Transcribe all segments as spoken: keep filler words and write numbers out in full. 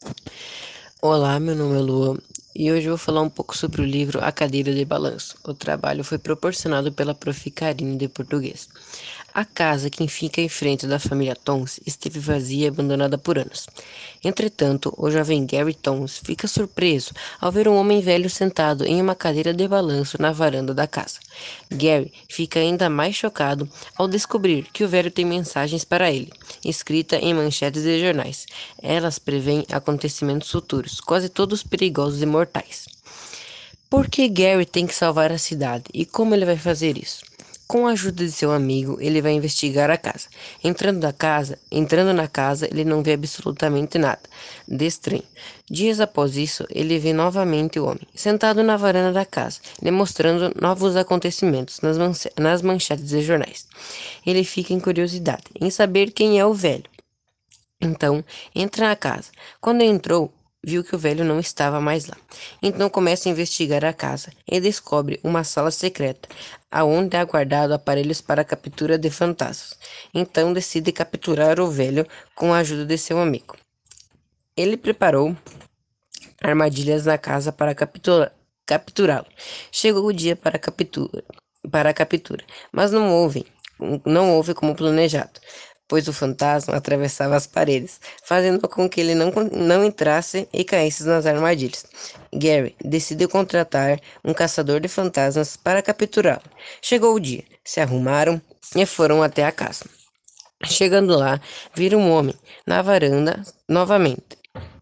Olá, meu nome é Luan e hoje eu vou falar um pouco sobre o livro A Cadeira de Balanço. O trabalho foi proporcionado pela prof. Karine de Português. A casa que fica em frente da família Tons esteve vazia e abandonada por anos. Entretanto, o jovem Gary Tons fica surpreso ao ver um homem velho sentado em uma cadeira de balanço na varanda da casa. Gary fica ainda mais chocado ao descobrir que o velho tem mensagens para ele, escrita em manchetes de jornais. Elas prevêem acontecimentos futuros, quase todos perigosos e mortais. Por que Gary tem que salvar a cidade e como ele vai fazer isso? Com a ajuda de seu amigo, ele vai investigar a casa. Entrando na casa, entrando na casa, ele não vê absolutamente nada de estranho. Dias após isso, ele vê novamente o homem, sentado na varanda da casa, demonstrando novos acontecimentos nas, nas manchetes de jornais. Ele fica em curiosidade em saber quem é o velho. Então, entra na casa. Quando entrou, viu que o velho não estava mais lá. Então começa a investigar a casa e descobre uma sala secreta, aonde é guardado aparelhos para a captura de fantasmas. Então decide capturar o velho com a ajuda de seu amigo. Ele preparou armadilhas na casa para captura- capturá-lo. Chegou o dia para a captura, para a captura, mas não houve, não houve como planejado, pois o fantasma atravessava as paredes, fazendo com que ele não, con- não entrasse e caísse nas armadilhas. Gary decidiu contratar um caçador de fantasmas para capturá-lo. Chegou o dia, se arrumaram e foram até a casa. Chegando lá, viram um homem na varanda novamente.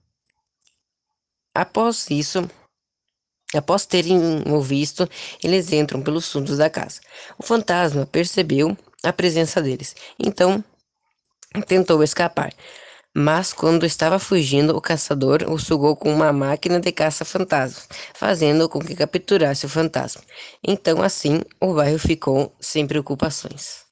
Após isso, Após terem o visto, eles entram pelos fundos da casa. O fantasma percebeu a presença deles, então tentou escapar. Mas quando estava fugindo, o caçador o sugou com uma máquina de caça-fantasmas, fazendo com que capturasse o fantasma. Então, assim, o bairro ficou sem preocupações.